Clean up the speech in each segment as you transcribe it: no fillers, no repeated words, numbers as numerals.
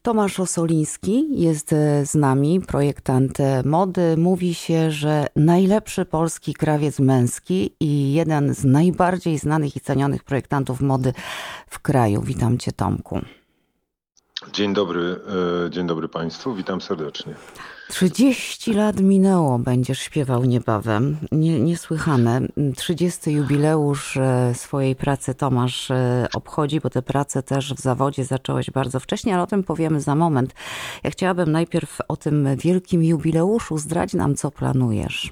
Tomasz Osoliński jest z nami, projektant mody. Mówi się, że najlepszy polski krawiec męski i jeden z najbardziej znanych i cenionych projektantów mody w kraju. Witam cię, Tomku. Dzień dobry Państwu, witam serdecznie. 30 lat minęło, będziesz śpiewał niebawem. Niesłychane. 30. jubileusz swojej pracy Tomasz obchodzi, bo tę pracę też w zawodzie zacząłeś bardzo wcześnie, ale o tym powiemy za moment. Ja chciałabym najpierw o tym wielkim jubileuszu. Zdradź nam, co planujesz.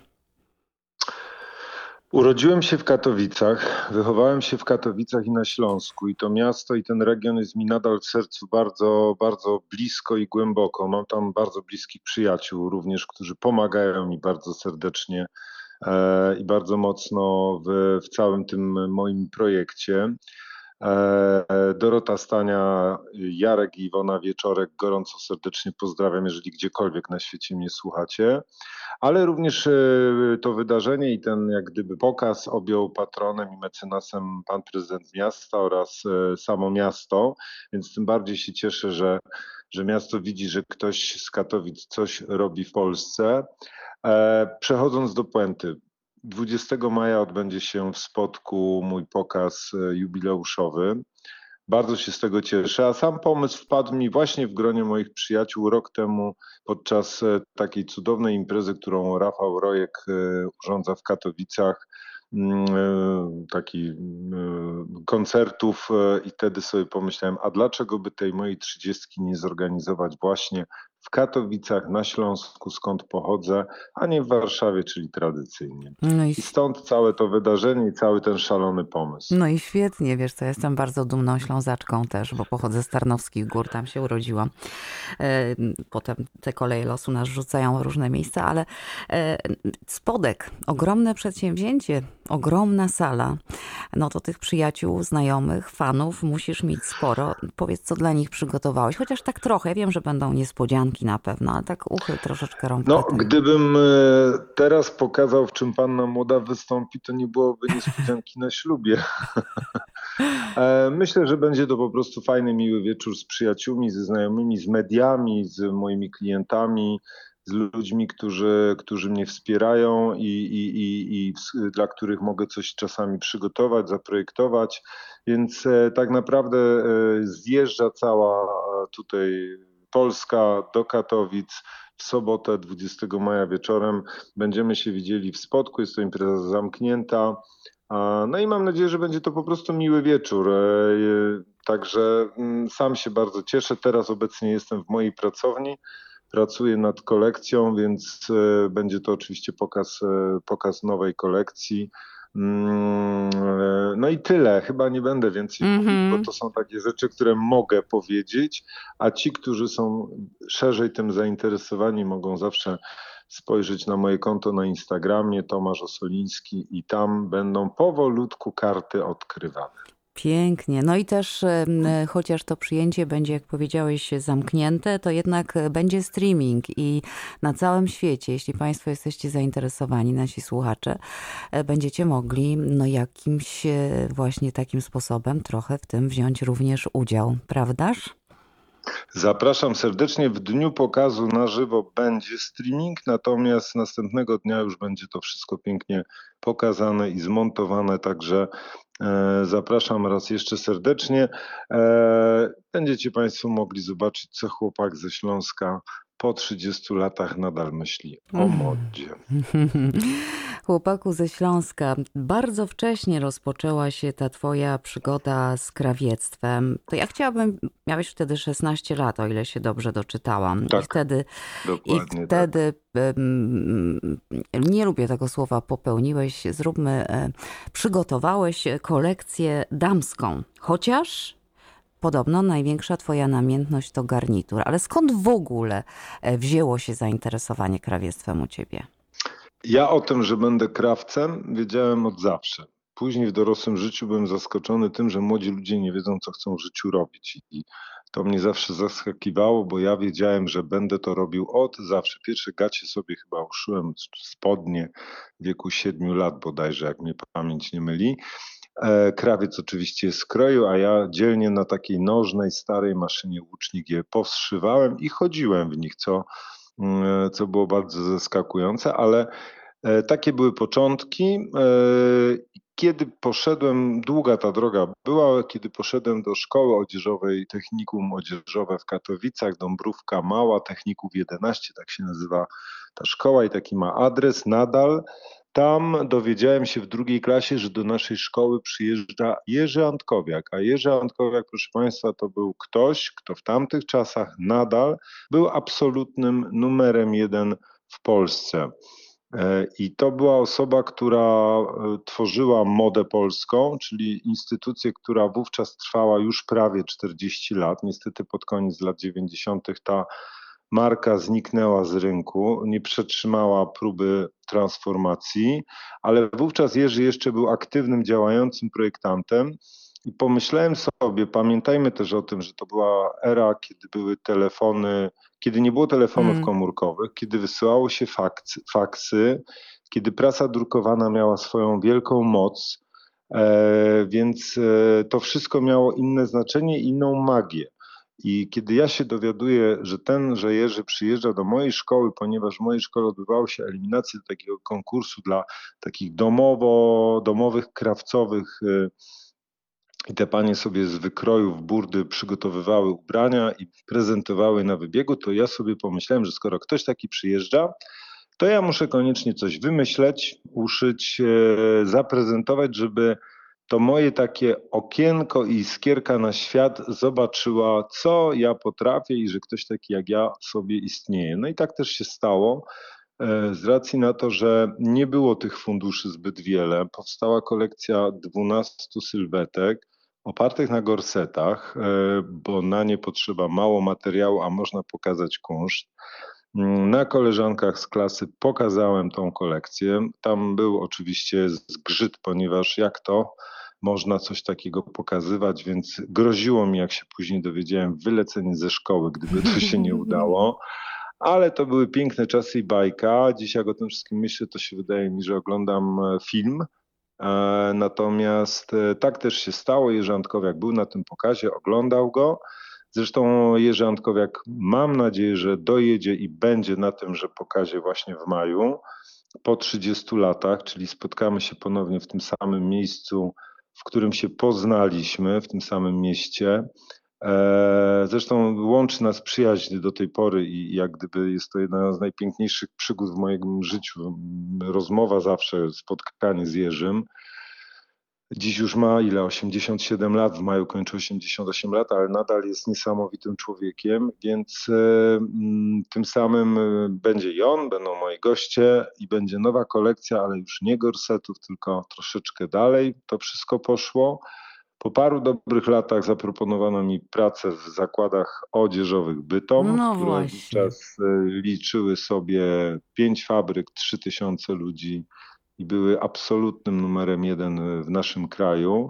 Urodziłem się w Katowicach, wychowałem się w Katowicach i na Śląsku i to miasto i ten region jest mi nadal w sercu bardzo, bardzo blisko i głęboko. Mam tam bardzo bliskich przyjaciół również, którzy pomagają mi bardzo serdecznie i bardzo mocno w całym tym moim projekcie. Dorota Stania, Jarek i Iwona Wieczorek gorąco serdecznie pozdrawiam, jeżeli gdziekolwiek na świecie mnie słuchacie. Ale również to wydarzenie i ten jak gdyby pokaz objął patronem i mecenasem pan prezydent miasta oraz samo miasto, więc tym bardziej się cieszę, że miasto widzi, że ktoś z Katowic coś robi w Polsce. Przechodząc do puenty. 20 maja odbędzie się w Spodku mój pokaz jubileuszowy. Bardzo się z tego cieszę, a sam pomysł wpadł mi właśnie w gronie moich przyjaciół rok temu podczas takiej cudownej imprezy, którą Rafał Rojek urządza w Katowicach, takich koncertów i wtedy sobie pomyślałem, a dlaczego by tej mojej 30 nie zorganizować właśnie w Katowicach, na Śląsku, skąd pochodzę, a nie w Warszawie, czyli tradycyjnie. I stąd całe to wydarzenie i cały ten szalony pomysł. No i świetnie, wiesz co, jestem bardzo dumną Ślązaczką też, bo pochodzę z Tarnowskich Gór, tam się urodziłam. Potem te koleje losu nas rzucają w różne miejsca, ale Spodek, ogromne przedsięwzięcie, ogromna sala. No to tych przyjaciół, znajomych, fanów musisz mieć sporo. Powiedz, co dla nich przygotowałeś, chociaż tak trochę, wiem, że będą niespodzianki na pewno, ale tak uchyl troszeczkę rąbkę. No, gdybym teraz pokazał, w czym panna młoda wystąpi, to nie byłoby niespodzianki na ślubie. Myślę, że będzie to po prostu fajny, miły wieczór z przyjaciółmi, ze znajomymi, z mediami, z moimi klientami, z ludźmi, którzy mnie wspierają i dla których mogę coś czasami przygotować, zaprojektować. Więc tak naprawdę zjeżdża cała tutaj Polska do Katowic. W sobotę 20 maja wieczorem będziemy się widzieli w Spodku, jest to impreza zamknięta. No i mam nadzieję, że będzie to po prostu miły wieczór. Także sam się bardzo cieszę. Teraz obecnie jestem w mojej pracowni, pracuję nad kolekcją, więc będzie to oczywiście pokaz nowej kolekcji. No i tyle, chyba nie będę więcej mówić, bo to są takie rzeczy, które mogę powiedzieć, a ci, którzy są szerzej tym zainteresowani, mogą zawsze spojrzeć na moje konto na Instagramie, Tomasz Osoliński, i tam będą powolutku karty odkrywane. Pięknie. No i też chociaż to przyjęcie będzie, jak powiedziałeś, zamknięte, to jednak będzie streaming i na całym świecie, jeśli Państwo jesteście zainteresowani, nasi słuchacze, będziecie mogli jakimś właśnie takim sposobem trochę w tym wziąć również udział. Prawdaż? Zapraszam serdecznie. W dniu pokazu na żywo będzie streaming, natomiast następnego dnia już będzie to wszystko pięknie pokazane i zmontowane, także zapraszam raz jeszcze serdecznie. Będziecie Państwo mogli zobaczyć, co chłopak ze Śląska po 30 latach nadal myśli o modzie. Chłopaku ze Śląska, bardzo wcześnie rozpoczęła się ta twoja przygoda z krawiectwem. To ja chciałabym, miałeś wtedy 16 lat, o ile się dobrze doczytałam. Tak, dokładnie wtedy nie lubię tego słowa popełniłeś, przygotowałeś kolekcję damską, chociaż podobno największa twoja namiętność to garnitur. Ale skąd w ogóle wzięło się zainteresowanie krawiectwem u ciebie? Ja o tym, że będę krawcem, wiedziałem od zawsze. Później w dorosłym życiu byłem zaskoczony tym, że młodzi ludzie nie wiedzą, co chcą w życiu robić. I to mnie zawsze zaskakiwało, bo ja wiedziałem, że będę to robił od zawsze. Pierwsze gacie sobie chyba uszyłem, spodnie w wieku 7 lat bodajże, jak mnie pamięć nie myli. Krawiec oczywiście je skroił, a ja dzielnie na takiej nożnej, starej maszynie łucznik je powstrzywałem i chodziłem w nich, co było bardzo zaskakujące, ale takie były początki. Kiedy poszedłem, długa ta droga była, kiedy poszedłem do szkoły odzieżowej, technikum odzieżowe w Katowicach, Dąbrówka Mała, Techników 11, tak się nazywa ta szkoła i taki ma adres nadal. Tam dowiedziałem się w drugiej klasie, że do naszej szkoły przyjeżdża Jerzy Antkowiak, a Jerzy Antkowiak, proszę Państwa, to był ktoś, kto w tamtych czasach nadal był absolutnym numerem jeden w Polsce. I to była osoba, która tworzyła modę polską, czyli instytucję, która wówczas trwała już prawie 40 lat. Niestety pod koniec lat 90. ta marka zniknęła z rynku, nie przetrzymała próby transformacji, ale wówczas Jerzy jeszcze był aktywnym, działającym projektantem. I pomyślałem sobie, pamiętajmy też o tym, że to była era, kiedy były telefony, kiedy nie było telefonów komórkowych, kiedy wysyłało się faksy, kiedy prasa drukowana miała swoją wielką moc, więc to wszystko miało inne znaczenie i inną magię. I kiedy ja się dowiaduję, że Jerzy przyjeżdża do mojej szkoły, ponieważ w mojej szkole odbywały się eliminacje do takiego konkursu dla takich domowych, krawcowych, i te panie sobie z wykrojów burdy przygotowywały ubrania i prezentowały na wybiegu, to ja sobie pomyślałem, że skoro ktoś taki przyjeżdża, to ja muszę koniecznie coś wymyśleć, uszyć, zaprezentować, żeby to moje takie okienko i iskierka na świat zobaczyła, co ja potrafię i że ktoś taki jak ja sobie istnieje. No i tak też się stało. Z racji na to, że nie było tych funduszy zbyt wiele, powstała kolekcja 12 sylwetek opartych na gorsetach, bo na nie potrzeba mało materiału, a można pokazać kunszt. Na koleżankach z klasy pokazałem tą kolekcję. Tam był oczywiście zgrzyt, ponieważ jak to można coś takiego pokazywać, więc groziło mi, jak się później dowiedziałem, wylecenie ze szkoły, gdyby to się nie udało. Ale to były piękne czasy i bajka. Dziś jak o tym wszystkim myślę, to się wydaje mi, że oglądam film. Natomiast tak też się stało. Jerzy Antkowiak był na tym pokazie, oglądał go. Zresztą Jerzy Antkowiak, mam nadzieję, że dojedzie i będzie na tymże pokazie właśnie w maju po 30 latach, czyli spotkamy się ponownie w tym samym miejscu, w którym się poznaliśmy, w tym samym mieście. Zresztą łączy nas przyjaźń do tej pory i jak gdyby jest to jedna z najpiękniejszych przygód w moim życiu. Rozmowa zawsze, spotkanie z Jerzym. Dziś już ma 87 lat, w maju kończy 88 lat, ale nadal jest niesamowitym człowiekiem, więc tym samym będzie i on, będą moi goście i będzie nowa kolekcja, ale już nie gorsetów, tylko troszeczkę dalej to wszystko poszło. Po paru dobrych latach zaproponowano mi pracę w zakładach odzieżowych Bytom, No które właśnie. wówczas liczyły sobie 5 fabryk, 3000 ludzi i były absolutnym numerem jeden w naszym kraju.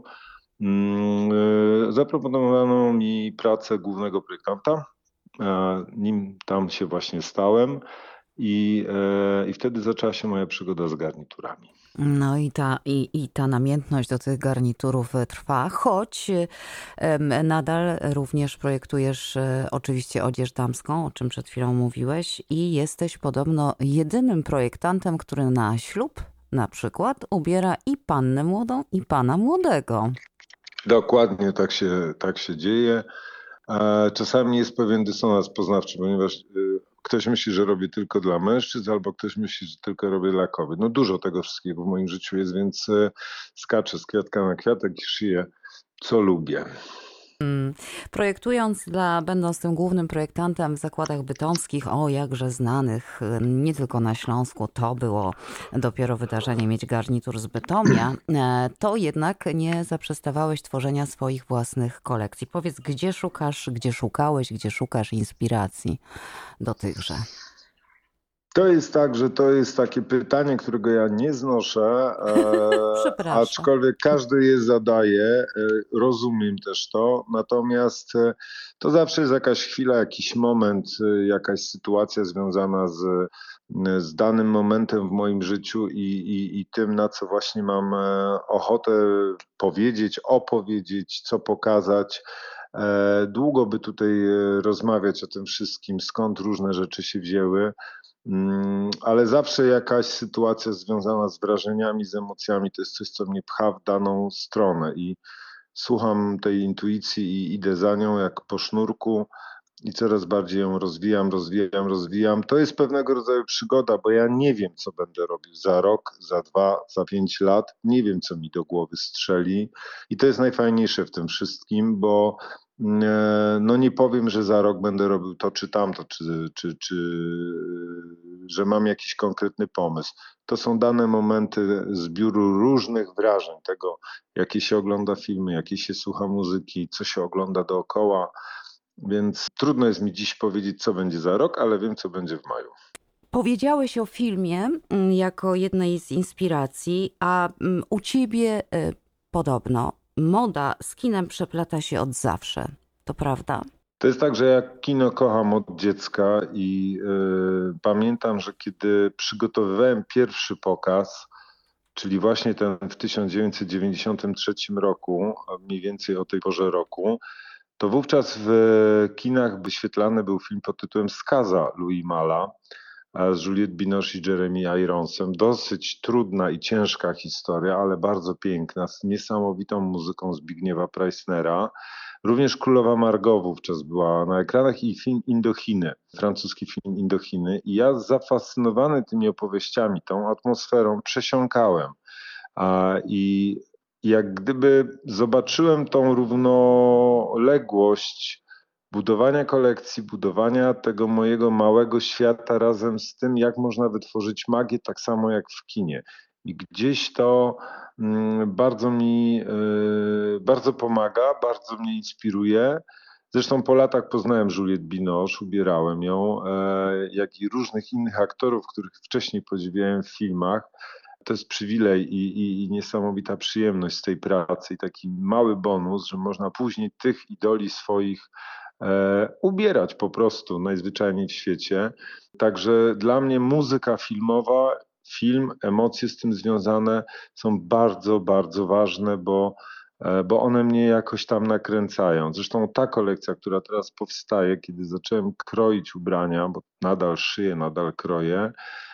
Zaproponowano mi pracę głównego projektanta, nim tam się właśnie stałem i wtedy zaczęła się moja przygoda z garniturami. No i ta namiętność do tych garniturów trwa, choć nadal również projektujesz oczywiście odzież damską, o czym przed chwilą mówiłeś, i jesteś podobno jedynym projektantem, który na ślub na przykład ubiera i pannę młodą, i pana młodego. Dokładnie tak się dzieje. Czasami jest pewien dysonans poznawczy, ponieważ ktoś myśli, że robię tylko dla mężczyzn, albo ktoś myśli, że tylko robię dla kobiet. No dużo tego wszystkiego w moim życiu jest, więc skaczę z kwiatka na kwiatek i szyję, co lubię. Projektując będąc tym głównym projektantem w zakładach bytomskich, o jakże znanych, nie tylko na Śląsku, to było dopiero wydarzenie mieć garnitur z Bytomia, to jednak nie zaprzestawałeś tworzenia swoich własnych kolekcji. Powiedz, gdzie szukałeś, gdzie szukasz inspiracji do tychże? To jest tak, że to jest takie pytanie, którego ja nie znoszę, Przepraszam. aczkolwiek każdy je zadaje, rozumiem też to, natomiast to zawsze jest jakaś chwila, jakiś moment, jakaś sytuacja związana z z danym momentem w moim życiu i tym, na co właśnie mam ochotę powiedzieć, opowiedzieć, co pokazać. Długo by tutaj rozmawiać o tym wszystkim, skąd różne rzeczy się wzięły, ale zawsze jakaś sytuacja związana z wrażeniami, z emocjami to jest coś, co mnie pcha w daną stronę i słucham tej intuicji i idę za nią jak po sznurku i coraz bardziej ją rozwijam. To jest pewnego rodzaju przygoda, bo ja nie wiem, co będę robił za rok, za 2, za 5 lat. Nie wiem, co mi do głowy strzeli. I to jest najfajniejsze w tym wszystkim, bo no nie powiem, że za rok będę robił to czy tamto, czy że mam jakiś konkretny pomysł. To są dane momenty zbioru różnych wrażeń, tego, jakie się ogląda filmy, jakie się słucha muzyki, co się ogląda dookoła. Więc trudno jest mi dziś powiedzieć, co będzie za rok, ale wiem, co będzie w maju. Powiedziałeś o filmie jako jednej z inspiracji, a u ciebie podobno moda z kinem przeplata się od zawsze. To prawda? To jest tak, że ja kino kocham od dziecka i pamiętam, że kiedy przygotowywałem pierwszy pokaz, czyli właśnie ten w 1993 roku, a mniej więcej o tej porze roku, to wówczas w kinach wyświetlany był film pod tytułem Skaza Louis Malla z Juliette Binoche i Jeremy Ironsem. Dosyć trudna i ciężka historia, ale bardzo piękna, z niesamowitą muzyką Zbigniewa Preissnera. Również Królowa Margot wówczas była na ekranach i film Indochiny, francuski film Indochiny. I ja zafascynowany tymi opowieściami, tą atmosferą przesiąkałem. I jak gdyby zobaczyłem tą równoległość budowania kolekcji, budowania tego mojego małego świata razem z tym, jak można wytworzyć magię, tak samo jak w kinie. I gdzieś to bardzo mi bardzo pomaga, bardzo mnie inspiruje. Zresztą po latach poznałem Juliette Binoche, ubierałem ją, jak i różnych innych aktorów, których wcześniej podziwiałem w filmach. To jest przywilej i niesamowita przyjemność z tej pracy i taki mały bonus, że można później tych idoli swoich ubierać po prostu najzwyczajniej w świecie. Także dla mnie muzyka filmowa, film, emocje z tym związane są bardzo, bardzo ważne, bo one mnie jakoś tam nakręcają. Zresztą ta kolekcja, która teraz powstaje, kiedy zacząłem kroić ubrania, bo nadal szyję, nadal kroję,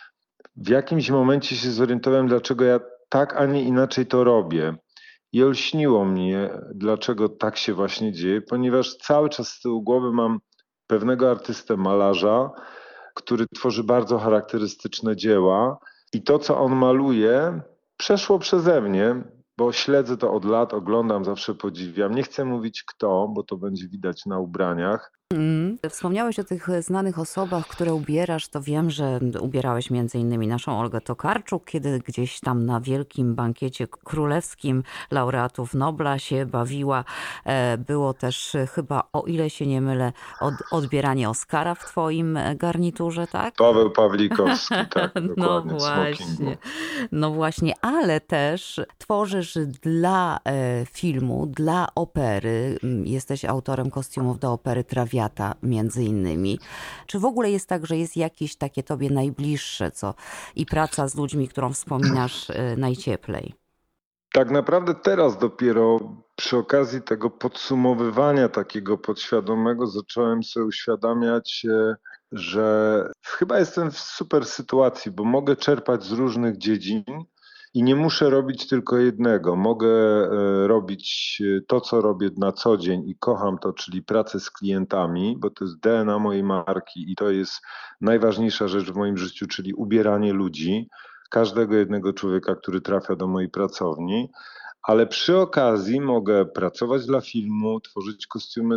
w jakimś momencie się zorientowałem, dlaczego ja tak, a nie inaczej to robię. I olśniło mnie, dlaczego tak się właśnie dzieje, ponieważ cały czas z tyłu głowy mam pewnego artystę malarza, który tworzy bardzo charakterystyczne dzieła i to, co on maluje, przeszło przeze mnie, bo śledzę to od lat, oglądam, zawsze podziwiam. Nie chcę mówić kto, bo to będzie widać na ubraniach. Wspomniałeś o tych znanych osobach, które ubierasz. To wiem, że ubierałeś między innymi naszą Olgę Tokarczuk, kiedy gdzieś tam na wielkim bankiecie królewskim laureatów Nobla się bawiła. Było też chyba, o ile się nie mylę, odbieranie Oscara w twoim garniturze, tak? Paweł Pawlikowski, tak, No dokładnie, w smokingu. właśnie, no właśnie, ale też tworzysz dla filmu, dla opery. Jesteś autorem kostiumów do opery Trawiata między innymi. Czy w ogóle jest tak, że jest jakieś takie tobie najbliższe, co i praca z ludźmi, którą wspominasz najcieplej? Tak naprawdę teraz dopiero przy okazji tego podsumowywania takiego podświadomego zacząłem sobie uświadamiać, że chyba jestem w super sytuacji, bo mogę czerpać z różnych dziedzin i nie muszę robić tylko jednego. Mogę robić to, co robię na co dzień i kocham to, czyli pracę z klientami, bo to jest DNA mojej marki i to jest najważniejsza rzecz w moim życiu, czyli ubieranie ludzi, każdego jednego człowieka, który trafia do mojej pracowni, ale przy okazji mogę pracować dla filmu, tworzyć kostiumy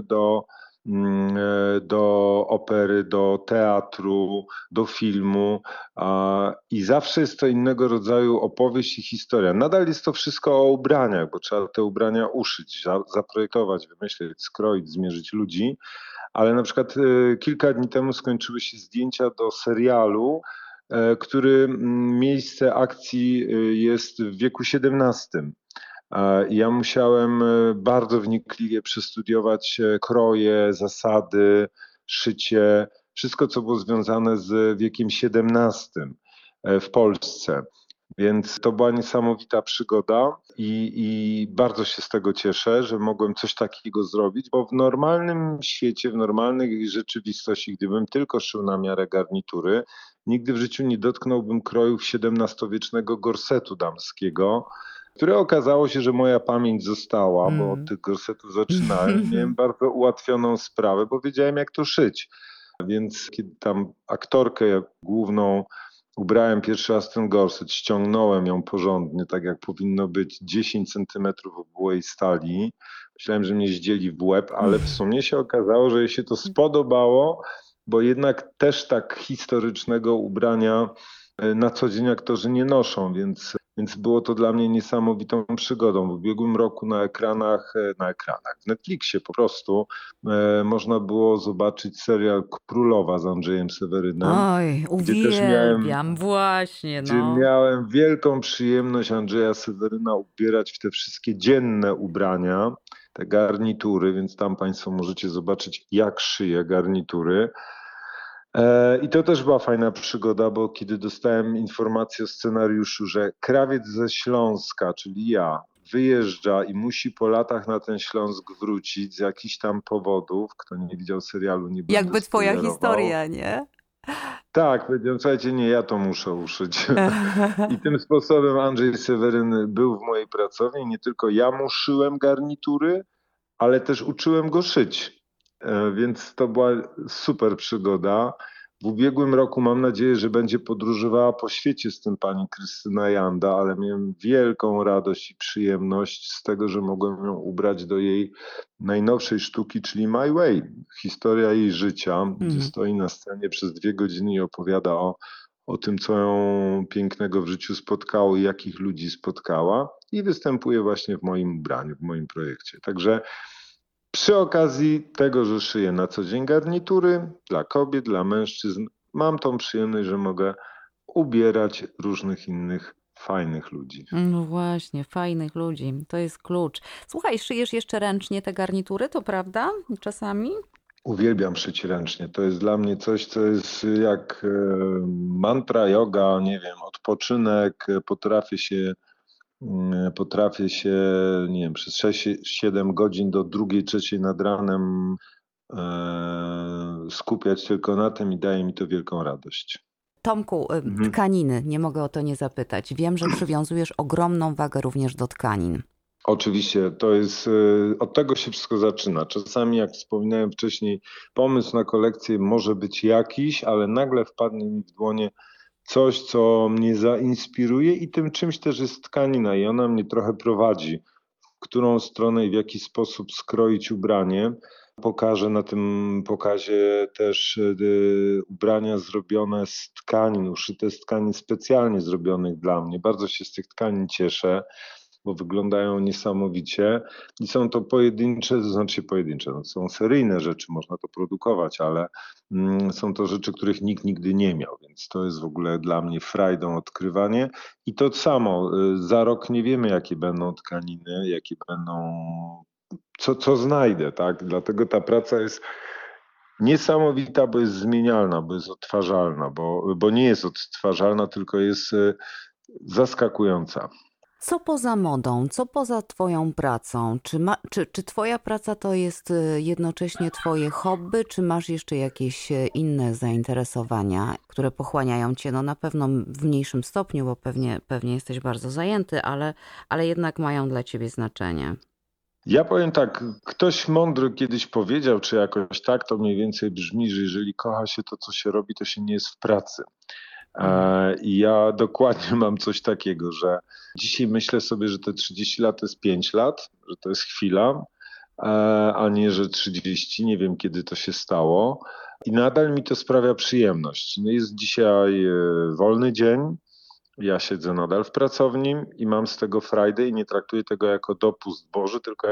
do opery, do teatru, do filmu i zawsze jest to innego rodzaju opowieść i historia. Nadal jest to wszystko o ubraniach, bo trzeba te ubrania uszyć, zaprojektować, wymyśleć, skroić, zmierzyć ludzi, ale na przykład kilka dni temu skończyły się zdjęcia do serialu, który miejsce akcji jest w wieku XVII. Ja musiałem bardzo wnikliwie przestudiować kroje, zasady, szycie, wszystko, co było związane z wiekiem XVII w Polsce. Więc to była niesamowita przygoda i bardzo się z tego cieszę, że mogłem coś takiego zrobić, bo w normalnym świecie, w normalnej rzeczywistości, gdybym tylko szył na miarę garnitury, nigdy w życiu nie dotknąłbym krojów XVII-wiecznego gorsetu damskiego, które okazało się, że moja pamięć została, bo od tych gorsetów zaczynałem. Miałem bardzo ułatwioną sprawę, bo wiedziałem, jak to szyć. Więc kiedy tam aktorkę główną ubrałem pierwszy raz ten gorset, ściągnąłem ją porządnie, tak jak powinno być, 10 centymetrów obułej stali. Myślałem, że mnie zdzieli w łeb, ale w sumie się okazało, że jej się to spodobało, bo jednak też tak historycznego ubrania na co dzień aktorzy nie noszą, więc było to dla mnie niesamowitą przygodą. W ubiegłym roku na ekranach, w Netflixie po prostu można było zobaczyć serial Królowa z Andrzejem Sewerynem. Oj, uwielbiam, właśnie, gdzie miałem wielką przyjemność Andrzeja Seweryna ubierać w te wszystkie dzienne ubrania, te garnitury, więc tam Państwo możecie zobaczyć, jak szyję garnitury. I to też była fajna przygoda, bo kiedy dostałem informację o scenariuszu, że krawiec ze Śląska, czyli ja, wyjeżdża i musi po latach na ten Śląsk wrócić z jakichś tam powodów, kto nie widział serialu, nie będę jakby twoja spoilerował. historia, nie? Tak, powiedziałem, słuchajcie, nie, ja to muszę uszyć. I tym sposobem Andrzej Seweryn był w mojej pracowni. Nie tylko ja mu szyłem garnitury, ale też uczyłem go szyć. Więc to była super przygoda. W ubiegłym roku mam nadzieję, że będzie podróżowała po świecie z tym pani Krystyna Janda, ale miałem wielką radość i przyjemność z tego, że mogłem ją ubrać do jej najnowszej sztuki, czyli My Way. Historia jej życia, gdzie stoi na scenie przez 2 godziny i opowiada o tym, co ją pięknego w życiu spotkało i jakich ludzi spotkała, i występuje właśnie w moim ubraniu, w moim projekcie. Także przy okazji tego, że szyję na co dzień garnitury dla kobiet, dla mężczyzn, mam tą przyjemność, że mogę ubierać różnych innych fajnych ludzi. No właśnie, fajnych ludzi, to jest klucz. Słuchaj, szyjesz jeszcze ręcznie te garnitury, to prawda? Czasami? Uwielbiam szyć ręcznie. To jest dla mnie coś, co jest jak mantra, yoga, nie wiem, odpoczynek. Potrafię się, nie wiem, przez 6-7 godzin do 2-3 nad ranem skupiać tylko na tym i daje mi to wielką radość. Tomku, tkaniny, nie mogę o to nie zapytać. Wiem, że przywiązujesz ogromną wagę również do tkanin. Oczywiście, to jest, od tego się wszystko zaczyna. Czasami, jak wspominałem wcześniej, pomysł na kolekcję może być jakiś, ale nagle wpadnie mi w dłonie coś, co mnie zainspiruje, i tym czymś też jest tkanina i ona mnie trochę prowadzi, w którą stronę i w jaki sposób skroić ubranie. Pokażę na tym pokazie też ubrania zrobione z tkanin, uszyte z tkanin specjalnie zrobionych dla mnie. Bardzo się z tych tkanin cieszę, bo wyglądają niesamowicie i są to pojedyncze, no są seryjne rzeczy, można to produkować, ale są to rzeczy, których nikt nigdy nie miał, więc to jest w ogóle dla mnie frajdą odkrywanie. I to samo, za rok nie wiemy, jakie będą tkaniny, jakie będą, co znajdę, tak? Dlatego ta praca jest niesamowita, bo jest zmienialna, bo jest odtwarzalna, bo nie jest odtwarzalna, tylko jest zaskakująca. Co poza modą, co poza twoją pracą? Czy twoja praca to jest jednocześnie twoje hobby, czy masz jeszcze jakieś inne zainteresowania, które pochłaniają cię? No na pewno w mniejszym stopniu, bo pewnie jesteś bardzo zajęty, ale jednak mają dla ciebie znaczenie. Ja powiem tak, ktoś mądry kiedyś powiedział, czy jakoś tak to mniej więcej brzmi, że jeżeli kocha się to, co się robi, to się nie jest w pracy. I ja dokładnie mam coś takiego, że dzisiaj myślę sobie, że te 30 lat to jest 5 lat, że to jest chwila, a nie, że 30, nie wiem kiedy to się stało. I nadal mi to sprawia przyjemność. No jest dzisiaj wolny dzień, ja siedzę nadal w pracowni i mam z tego frajdę i nie traktuję tego jako dopust Boży, tylko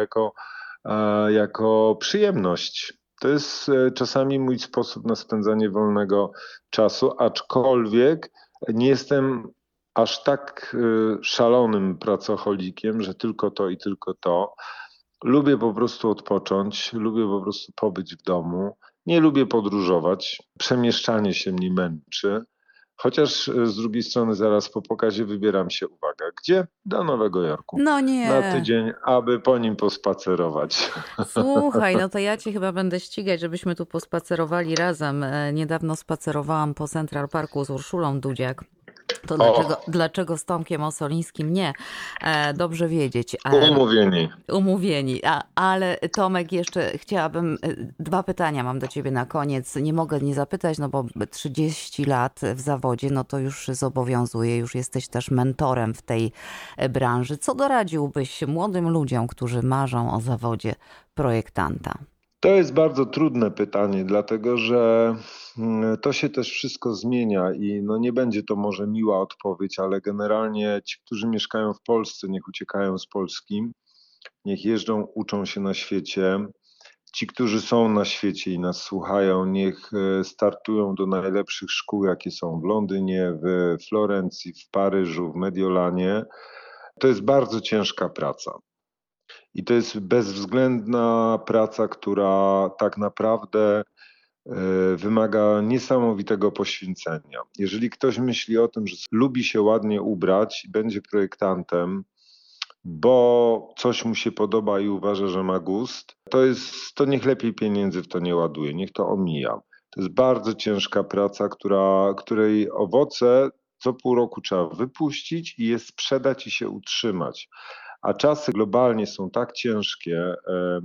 jako przyjemność. To jest czasami mój sposób na spędzanie wolnego czasu, aczkolwiek nie jestem aż tak szalonym pracocholikiem, że tylko to i tylko to. Lubię po prostu odpocząć, lubię po prostu pobyć w domu. Nie lubię podróżować, przemieszczanie się mnie męczy. Chociaż z drugiej strony zaraz po pokazie wybieram się, uwaga, gdzie? Do Nowego Jorku. No Na nie. tydzień, aby po nim pospacerować. Słuchaj, no to ja cię chyba będę ścigać, żebyśmy tu pospacerowali razem. Niedawno spacerowałam po Central Parku z Urszulą Dudziak. To O, dlaczego z Tomkiem Osolińskim nie? Dobrze wiedzieć. umówieni. Umówieni. Ale Tomek, jeszcze chciałabym, dwa pytania mam do ciebie na koniec. Nie mogę nie zapytać, no bo 30 lat w zawodzie, no to już zobowiązuje, już jesteś też mentorem w tej branży. Co doradziłbyś młodym ludziom, którzy marzą o zawodzie projektanta? To jest bardzo trudne pytanie, dlatego że to się też wszystko zmienia i no nie będzie to może miła odpowiedź, ale generalnie ci, którzy mieszkają w Polsce, niech uciekają z Polski, niech jeżdżą, uczą się na świecie. Ci, którzy są na świecie i nas słuchają, niech startują do najlepszych szkół, jakie są w Londynie, w Florencji, w Paryżu, w Mediolanie. To jest bardzo ciężka praca. I to jest bezwzględna praca, która tak naprawdę wymaga niesamowitego poświęcenia. Jeżeli ktoś myśli o tym, że lubi się ładnie ubrać i będzie projektantem, bo coś mu się podoba i uważa, że ma gust, to niech lepiej pieniędzy w to nie ładuje, niech to omija. To jest bardzo ciężka praca, której owoce co pół roku trzeba wypuścić i je sprzedać i się utrzymać. A czasy globalnie są tak ciężkie.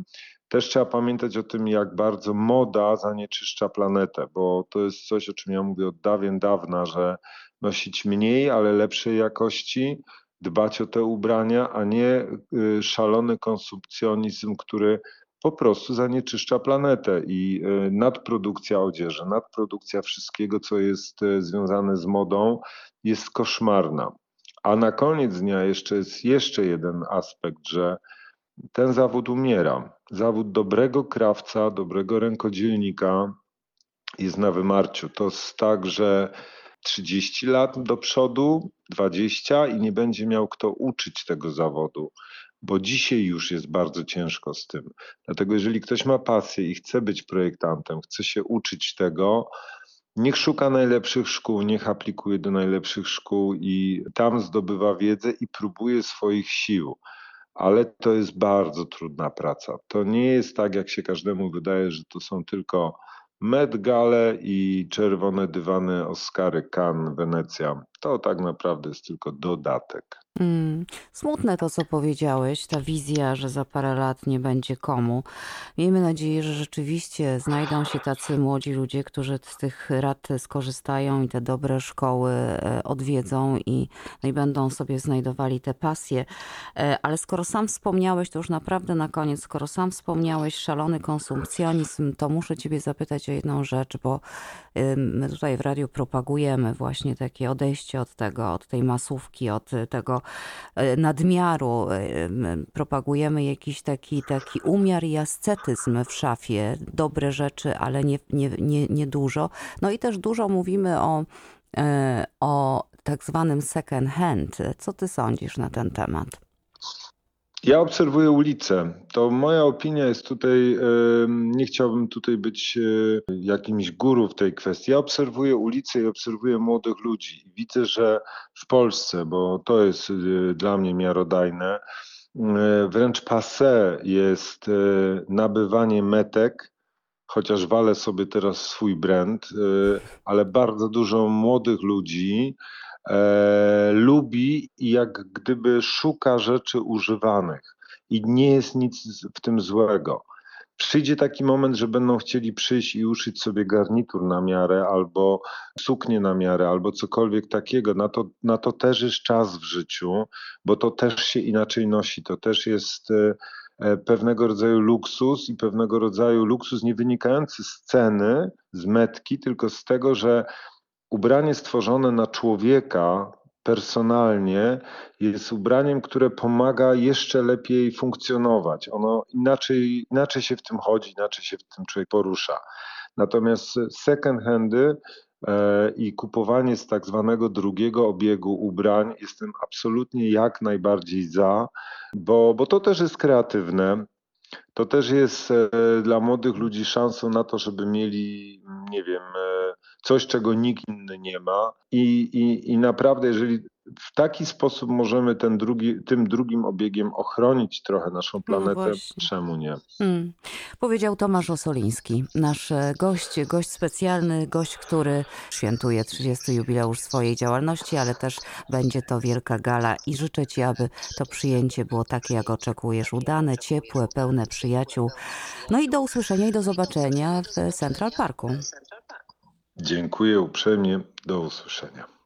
Też trzeba pamiętać o tym, jak bardzo moda zanieczyszcza planetę, bo to jest coś, o czym ja mówię od dawien dawna, że nosić mniej, ale lepszej jakości, dbać o te ubrania, a nie szalony konsumpcjonizm, który po prostu zanieczyszcza planetę i nadprodukcja odzieży, nadprodukcja wszystkiego, co jest związane z modą, jest koszmarna. A na koniec dnia jest jeszcze jeden aspekt, że ten zawód umiera. Zawód dobrego krawca, dobrego rękodzielnika jest na wymarciu. To jest tak, że 30 lat do przodu, 20 i nie będzie miał kto uczyć tego zawodu, bo dzisiaj już jest bardzo ciężko z tym. Dlatego jeżeli ktoś ma pasję i chce być projektantem, chce się uczyć tego, niech szuka najlepszych szkół, niech aplikuje do najlepszych szkół i tam zdobywa wiedzę i próbuje swoich sił. Ale to jest bardzo trudna praca. To nie jest tak, jak się każdemu wydaje, że to są tylko Met Gale i czerwone dywany, Oscary, Cannes, Wenecja. To tak naprawdę jest tylko dodatek. Smutne to, co powiedziałeś, ta wizja, że za parę lat nie będzie komu. Miejmy nadzieję, że rzeczywiście znajdą się tacy młodzi ludzie, którzy z tych rad skorzystają i te dobre szkoły odwiedzą no i będą sobie znajdowali te pasje. Ale skoro sam wspomniałeś, to już naprawdę na koniec, skoro sam wspomniałeś szalony konsumpcjonizm, to muszę ciebie zapytać o jedną rzecz, bo my tutaj w radiu propagujemy właśnie takie odejście od tego, od tej masówki, od tego nadmiaru. Propagujemy jakiś taki umiar i ascetyzm w szafie. Dobre rzeczy, ale nie dużo. No i też dużo mówimy o tak zwanym second hand. Co ty sądzisz na ten temat? Ja obserwuję ulicę. To moja opinia jest tutaj, nie chciałbym tutaj być jakimś guru w tej kwestii. Ja obserwuję ulicę i obserwuję młodych ludzi. I widzę, że w Polsce, bo to jest dla mnie miarodajne, wręcz passé jest nabywanie metek, chociaż walę sobie teraz swój brand, ale bardzo dużo młodych ludzi lubi i jak gdyby szuka rzeczy używanych i nie jest nic w tym złego. Przyjdzie taki moment, że będą chcieli przyjść i uszyć sobie garnitur na miarę albo suknię na miarę albo cokolwiek takiego. Na to też jest czas w życiu, bo to też się inaczej nosi. To też jest pewnego rodzaju luksus i pewnego rodzaju luksus nie wynikający z ceny, z metki, tylko z tego, że ubranie stworzone na człowieka personalnie jest ubraniem, które pomaga jeszcze lepiej funkcjonować. Ono inaczej się w tym chodzi, inaczej się w tym człowiek porusza. Natomiast second handy i kupowanie z tak zwanego drugiego obiegu ubrań jestem absolutnie jak najbardziej za, bo to też jest kreatywne. To też jest dla młodych ludzi szansą na to, żeby mieli, nie wiem, coś, czego nikt inny nie ma. I naprawdę, jeżeli w taki sposób możemy tym drugim obiegiem ochronić trochę naszą No planetę, właśnie. czemu nie? Powiedział Tomasz Osoliński, nasz gość specjalny, gość, który świętuje 30. jubileusz swojej działalności, ale też będzie to wielka gala i życzę Ci, aby to przyjęcie było takie, jak oczekujesz, udane, ciepłe, pełne przyjaciół. No i do usłyszenia i do zobaczenia w Central Parku. Dziękuję uprzejmie. Do usłyszenia.